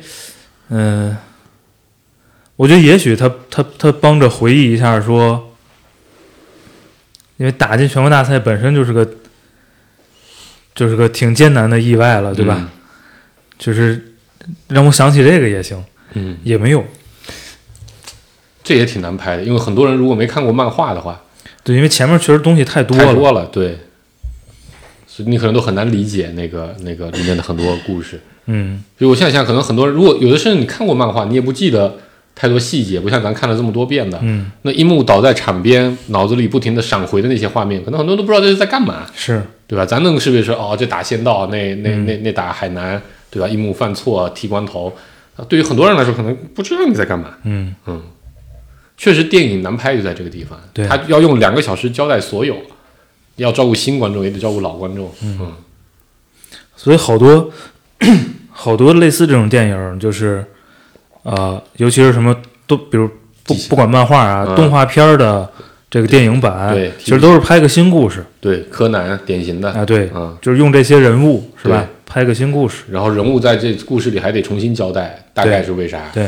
C: 我觉得也许他帮着回忆一下说，因为打进全国大赛本身就是个挺艰难的意外了，对吧？就是让我想起这个也行，也没有，
D: 这也挺难拍的，因为很多人如果没看过漫画的话，
C: 对，因为前面确实东西太多
D: 了，对，所以你可能都很难理解那个里面的很多故事，所以我现在想，可能很多人如果有的甚至你看过漫画，你也不记得太多细节，不像咱看了这么多遍的，那樱木倒在场边，脑子里不停的闪回的那些画面，可能很多人都不知道这是在干嘛，
C: 是
D: 对吧？咱能是不是说这打仙道，那打海南，对吧？樱木犯错剃光头，对于很多人来说可能不知道你在干嘛，确实电影难拍就在这个地方，
C: 对，
D: 他要用2个小时交代所有，要照顾新观众也得照顾老观众，
C: 所以好多类似这种电影就是尤其是什么都比如不管漫画啊，动画片的这个电影版，
D: 对，
C: 其实都是拍个新故事，
D: 对，柯南典型的
C: 对，就是用这些人物是吧，拍个新故事，
D: 然后人物在这故事里还得重新交代大概是为啥，
C: 对，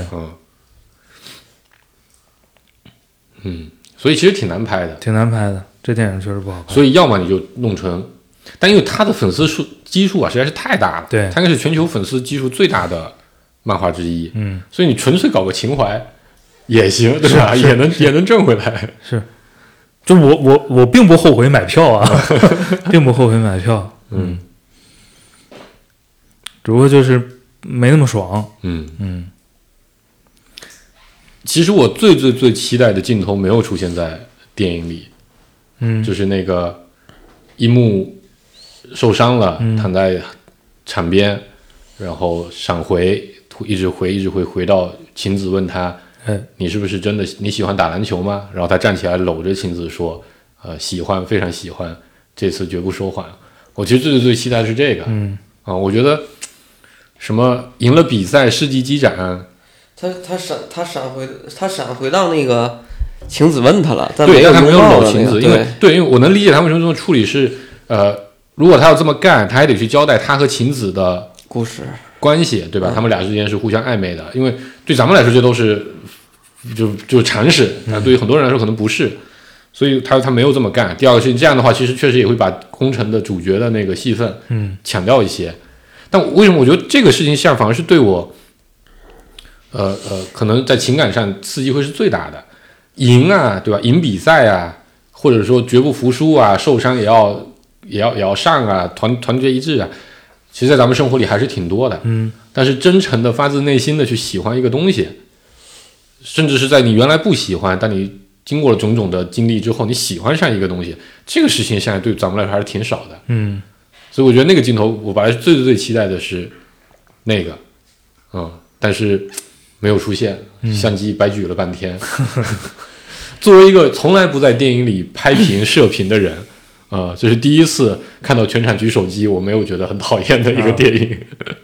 D: 所以其实挺难拍的，
C: 这电影确实不好拍。
D: 所以要么你就弄成，但因为他的粉丝基数啊实在是太大了，
C: 对，
D: 他应该是全球粉丝基数最大的漫画之一，所以你纯粹搞个情怀也行，对吧？也能挣回来。
C: 是，就我并不后悔买票啊，并不后悔买票，只不过就是没那么爽，
D: 其实我最最最期待的镜头没有出现在电影里，就是那个樱木受伤了，躺在场边，然后闪回，一直回到晴子问他，你是不是真的你喜欢打篮球吗？然后他站起来搂着晴子说，喜欢，非常喜欢，这次绝不说谎。我其实最最最期待的是这个，我觉得什么赢了比赛，世纪机展。
B: 他闪回到那个晴子问他了，但
D: 对，但他没有搂晴子，因为我能理解他们为什么这么处理是，如果他要这么干，他还得去交代他和晴子的
B: 故事
D: 关系，对吧？他们俩之间是互相暧昧的，因为对咱们来说这都是就常识，对于很多人来说可能不是， 所以他没有这么干。第二个是这样的话，其实确实也会把工程的主角的那个戏份抢掉一些。但为什么我觉得这个事情下反而是对我可能在情感上刺激会是最大的？赢啊，对吧？赢比赛啊，或者说绝不服输啊，受伤也要上啊，团结一致啊，其实在咱们生活里还是挺多的。但是真诚的发自内心的去喜欢一个东西，甚至是在你原来不喜欢，但你经过了种种的经历之后，你喜欢上一个东西，这个事情现在对咱们来说还是挺少的。所以我觉得那个镜头，我本来最期待的是那个，但是没有出现，相机白举了半天。作为一个从来不在电影里拍屏射频的人，这是第一次看到全场举手机，我没有觉得很讨厌的一个电影。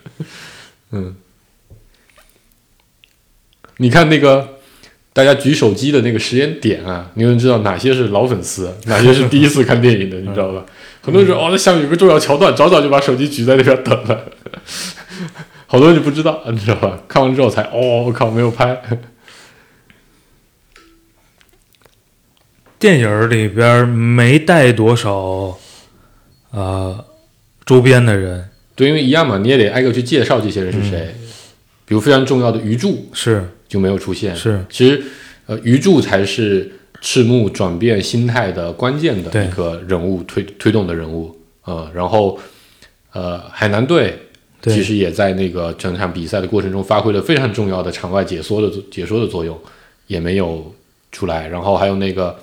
D: 你看那个大家举手机的那个时间点啊，你能知道哪些是老粉丝，哪些是第一次看电影的，你知道吧？很多人说那下面有个重要桥段，早就把手机举在那边等了。好多人就不知道，你知道吧？看完之后才我靠，没有拍。
C: 电影里边没带多少周边的人，
D: 对，因为一样嘛，你也得挨个去介绍这些人是谁。比如非常重要的余柱
C: 是就
D: 没有出现，
C: 是
D: 其实余柱才是赤木转变心态的关键的一个人物，推动的人物然后海南队其实也在那个整场比赛的过程中发挥了非常重要的场外解说的作用，也没有出来。然后还有那个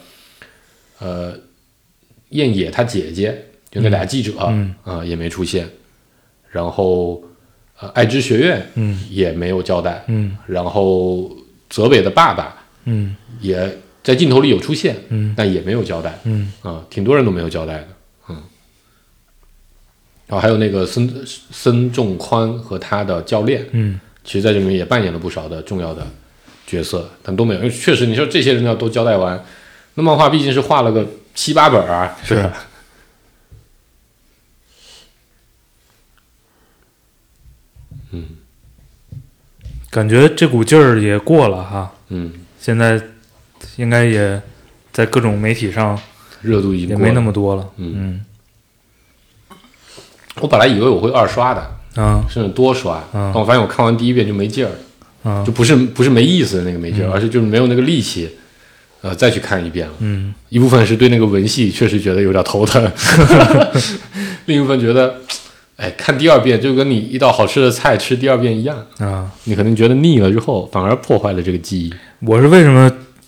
D: 燕野他姐姐就那俩记者也没出现。然后爱知学院也没有交代，然后泽北的爸爸也在镜头里有出现，但也没有交代，挺多人都没有交代的，然后还有那个孙仲宽和他的教练，其实在这里面也扮演了不少的重要的角色，但都没有，因为确实你说这些人要都交代完，那漫画毕竟是画了个7-8本啊，是吧？
C: 感觉这股劲儿也过了哈，现在应该也在各种媒体上
D: 热度已经
C: 也没那么多了，
D: 我本来以为我会2刷的，甚至多刷，但我发现我看完第一遍就没劲儿了，就不是没意思的那个没劲儿，而是就是没有那个力气，再去看一遍了，一部分是对那个文戏确实觉得有点头疼，另一部分觉得。看第二遍就跟你一道好吃的菜吃第二遍一样你可能觉得腻了之后，反而破坏了这个记忆。
C: 我是为什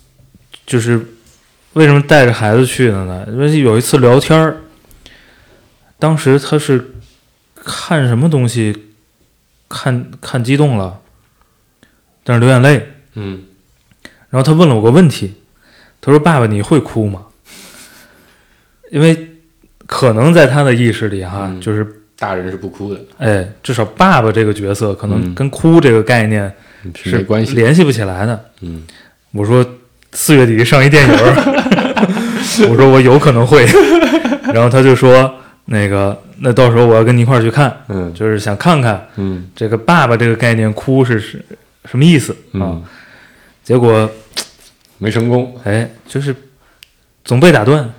C: 么带着孩子去的呢？因为有一次聊天，当时他是看什么东西，看激动了，但是流眼泪。然后他问了我个问题，他说：“爸爸，你会哭吗？”因为可能在他的意识里就是。
D: 大人是不哭的，
C: 至少爸爸这个角色可能跟哭这个概念
D: 是没关系，
C: 联系不起来的。我说4月底上一电影，我说我有可能会，然后他就说那到时候我要跟你一块儿去看，就是想看看，这个爸爸这个概念哭是什么意思结果
D: 没成功，
C: 就是总被打断，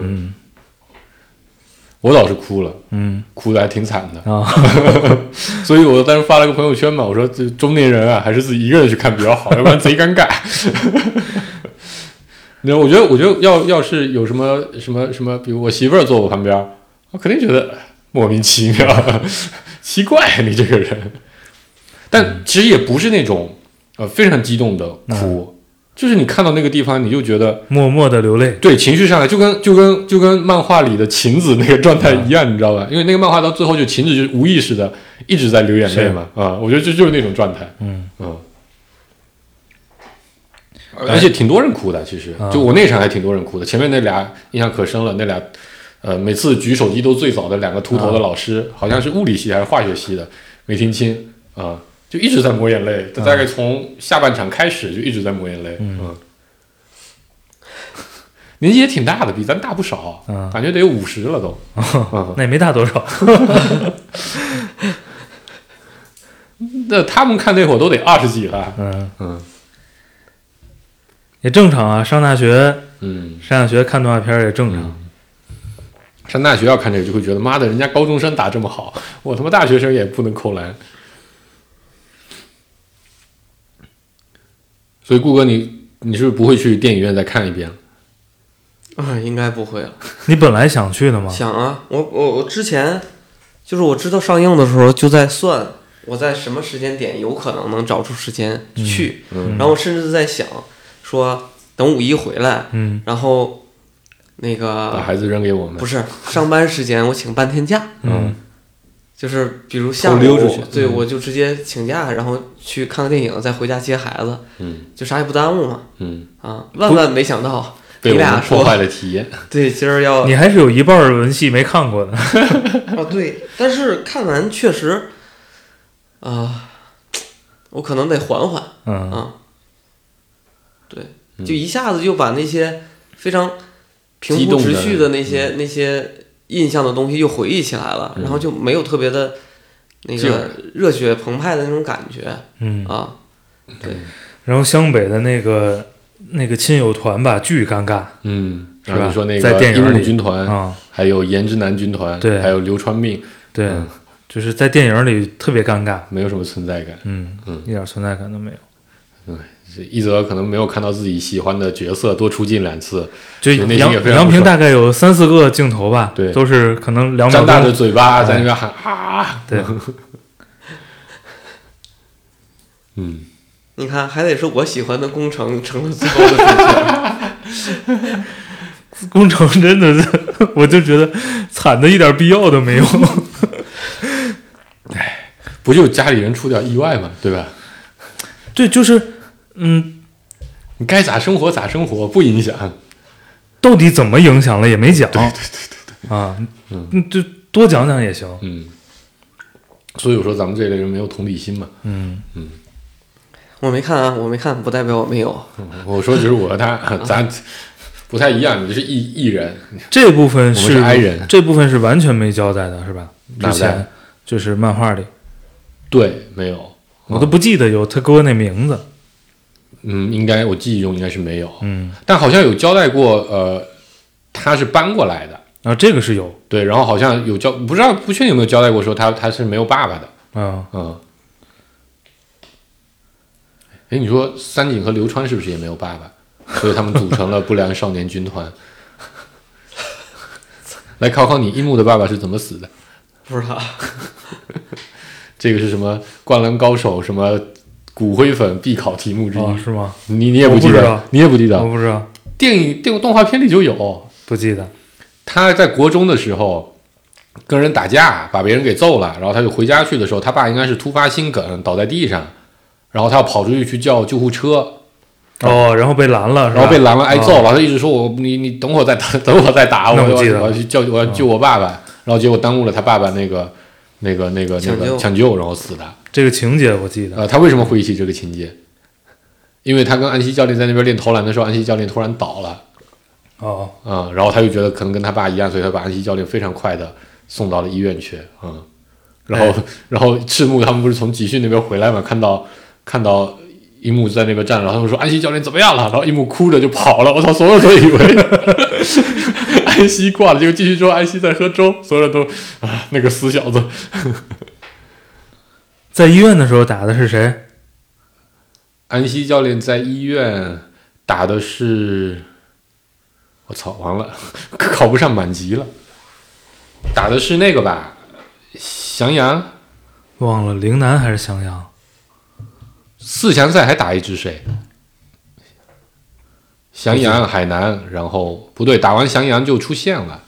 D: 我倒是哭了，哭的还挺惨的所以我当时发了个朋友圈嘛，我说这中年人啊，还是自己一个人去看比较好，要不然贼尴尬。我觉得要是有什么，比如我媳妇儿坐我旁边，我肯定觉得莫名其妙，奇怪你这个人。但其实也不是那种非常激动的哭。就是你看到那个地方，你就觉得
C: 默默的流泪，
D: 对，情绪上来，就跟漫画里的晴子那个状态一样，你知道吧？因为那个漫画到最后就晴子就是无意识的一直在流眼泪嘛，我觉得这就是那种状态，而且挺多人哭的，其实就我那场还挺多人哭的，前面那俩印象可深了，那俩每次举手机都最早的2个秃头的老师，好像是物理系还是化学系的，没听清就一直在抹眼泪，大概从下半场开始就一直在抹眼泪。年纪也挺大的，比咱大不少，感觉得有50了都。
C: 那也没大多少。
D: 那他们看那会儿都得20几了。
C: 也正常啊，上大学看动画片也正常。
D: 上大学要看这个就会觉得妈的，人家高中生打这么好，我他妈大学生也不能扣篮。所以顾哥你是不是不会去电影院再看一遍？
B: 应该不会了。
C: 你本来想去的吗？
B: 想啊，我之前就是我知道上映的时候就在算我在什么时间点有可能能找出时间去，然后我甚至在想说等5一回来，然后那个
D: 把孩子扔给我们，
B: 不是上班时间我请半天假，就是比如下午
D: 溜出去，
B: 对，我就直接请假，然后去看个电影，再回家接孩子，就啥也不耽误嘛，万万没想到
D: 被我们破坏了体验。
B: 对，今儿要
C: 你还是有一半文戏没看过的
B: 对，但是看完确实我可能得缓缓，对，就一下子就把那些非常平铺直叙的那些印象的东西又回忆起来了，然后就没有特别的那个热血澎湃的那种感觉，对。
C: 然后湘北的那个亲友团吧，巨尴尬，
D: 是吧？你说那个
C: 在电影里
D: 樱木军团还有颜之男军团，
C: 对，
D: 还有流川命，
C: 对，就是在电影里特别尴尬，
D: 没有什么存在感，
C: 一点存在感都没有。
D: 一泽可能没有看到自己喜欢的角色多出镜2次，
C: 就杨平大概有3-4个镜头吧，
D: 对，
C: 都是可能2秒钟，
D: 张大着嘴巴在那边喊啊，
C: 对，
B: 你看还得是我喜欢的宫城成了最后的主角，
C: 宫城真的是，我就觉得惨的一点必要都没有。
D: 不就家里人出点意外嘛，对吧？
C: 对，就是
D: 你该咋生活咋生活，不影响。
C: 到底怎么影响了也没讲，
D: 对
C: 就多讲讲也行。
D: 所以我说咱们这类人没有同理心嘛。
B: 我没看啊，我没看，不代表我没有。
D: 我说只是我和他，咱不太一样，你是艺人，
C: 这部分
D: 我们是 I 人，
C: 这部分是完全没交代的，是吧？之前就是漫画里，
D: 对，没有，
C: 我都不记得有他哥那名字。
D: 应该我记忆中应该是没有，但好像有交代过，他是搬过来的
C: 这个是有，
D: 对，然后好像有不确定有没有交代过说他是没有爸爸的，你说三井和流川是不是也没有爸爸？所以他们组成了不良少年军团。来考考你，樱木的爸爸是怎么死的？
B: 不知道。
D: 这个是什么灌篮高手什么骨灰粉必考题目之一，
C: 是吗？
D: 你也不记得？你也不记得？
C: 我不知道。
D: 电影动画片里就有，
C: 不记得。
D: 他在国中的时候跟人打架，把别人给揍了，然后他就回家去的时候，他爸应该是突发心梗倒在地上，然后他要跑出去叫救护车。
C: 然后被拦了，
D: 然后被拦了，挨揍了。他一直说你等会儿再打我，我要救我爸爸。然后结果耽误了他爸爸那个抢救，然后死的。
C: 这个情节我记得。
D: 他为什么回忆起这个情节？因为他跟安西教练在那边练投篮的时候，安西教练突然倒了。然后他就觉得可能跟他爸一样，所以他把安西教练非常快的送到了医院去。然后赤木他们不是从集训那边回来嘛，看到樱木在那边站，然后他们说安西教练怎么样了？然后樱木哭着就跑了。我操，所有人都以为安西挂了，结果继续说安西在喝粥，所有人都那个死小子。
C: 在医院的时候打的是谁？
D: 安西教练在医院打的是，我操，完了，考不上满级了。打的是那个吧，翔阳，
C: 忘了陵南还是翔阳。
D: 4强赛还打一支谁？翔阳、海南，然后不对，打完翔阳就出线了。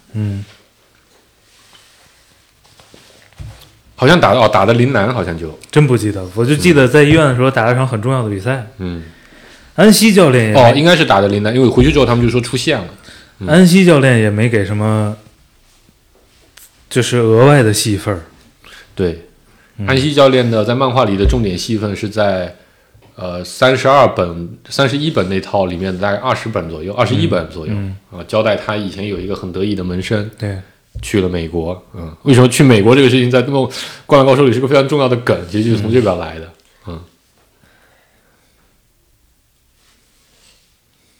D: 好像打的陵南，好像就
C: 真不记得，我就记得在医院的时候打了场很重要的比赛。安西教练也
D: 应该是打的陵南，因为回去之后他们就说出线了。
C: 安西教练也没给什么，就是额外的戏份。
D: 对，安西教练的在漫画里的重点戏份是在31本那套里面大概20本左右，21本左右交代他以前有一个很得意的门生，
C: 对，
D: 去了美国。为什么去美国这个事情在《灌篮高手》里是个非常重要的梗，其实就是从这边来的。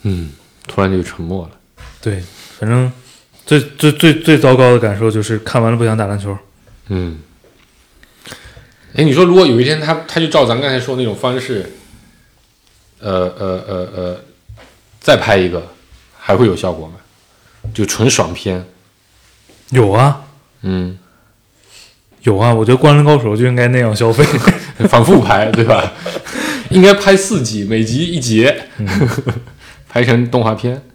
D: 突然就沉默了。
C: 对，反正最糟糕的感受就是看完了不想打篮球。
D: 你说如果有一天他就照咱刚才说那种方式，再拍一个，还会有效果吗？就纯爽片。
C: 有啊，有啊，我觉得《灌篮高手》就应该那样消费，
D: 反复拍，对吧？应该拍4集，每集1节，拍成动画片。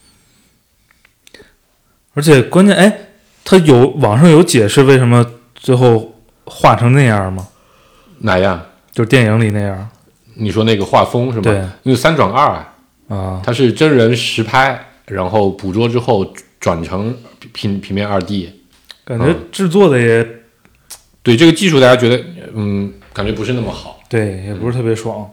C: 而且关键，他网上有解释为什么最后画成那样吗？
D: 哪样？
C: 就是电影里那样。
D: 你说那个画风是吗？
C: 对，
D: 因为3:2啊，它是真人实拍，然后捕捉之后转成平面2D，
C: 感觉制作的也。
D: 对这个技术，大家觉得感觉不是那么好，
C: 对，也不是特别爽。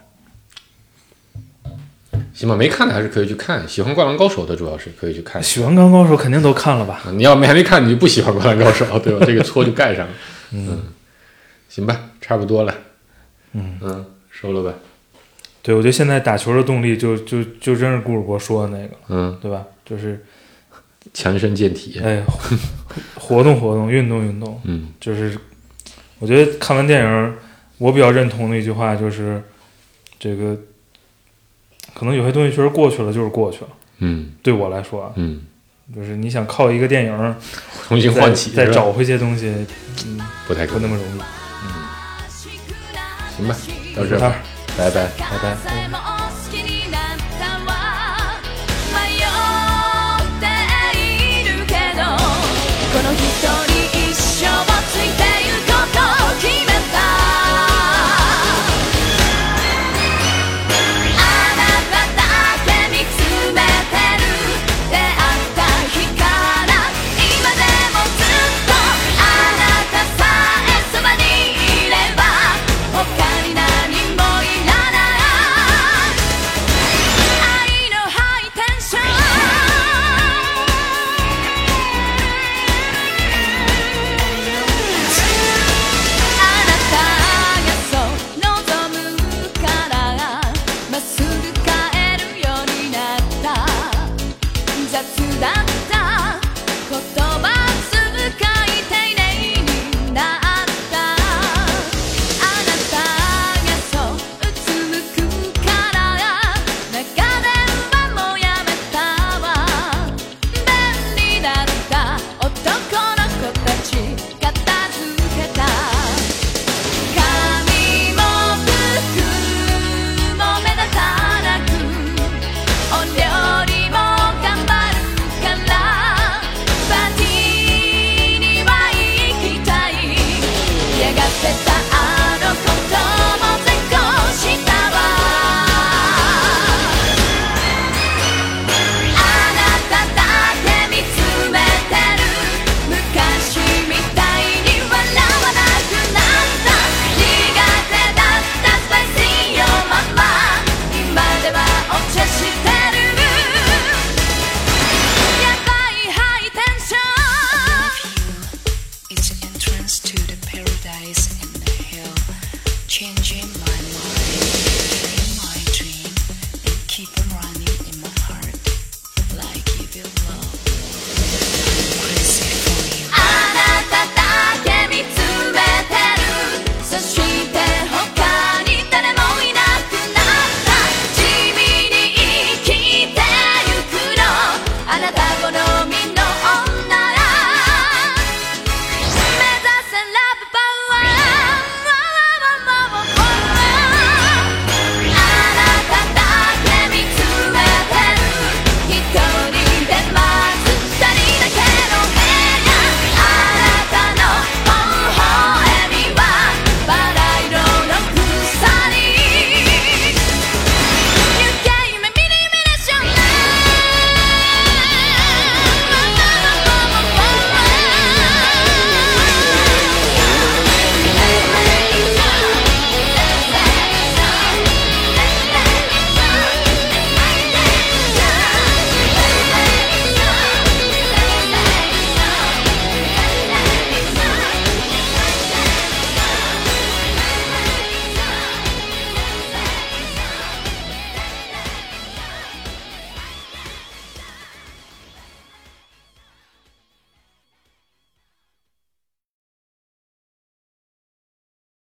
D: 行吧，没看的还是可以去看。喜欢《灌篮高手》的主要是可以去看。
C: 喜欢《灌篮高手》肯定都看了吧？
D: 你要还没看，你就不喜欢《灌篮高手》，对吧？这个戳就盖上了。行吧，差不多了。收了吧。
C: 对，我觉得现在打球的动力就真是顾主播说的那个，对吧？就是
D: 强身健体，
C: 活动活动，运动运动，就是我觉得看完电影，我比较认同的一句话就是，这个可能有些东西确实过去了，就是过去了。对我来说，就是你想靠一个电影
D: 重新唤起，
C: 再找回些东西，
D: 不
C: 那么容易。
D: 行吧，到这儿，拜拜，
C: 拜拜。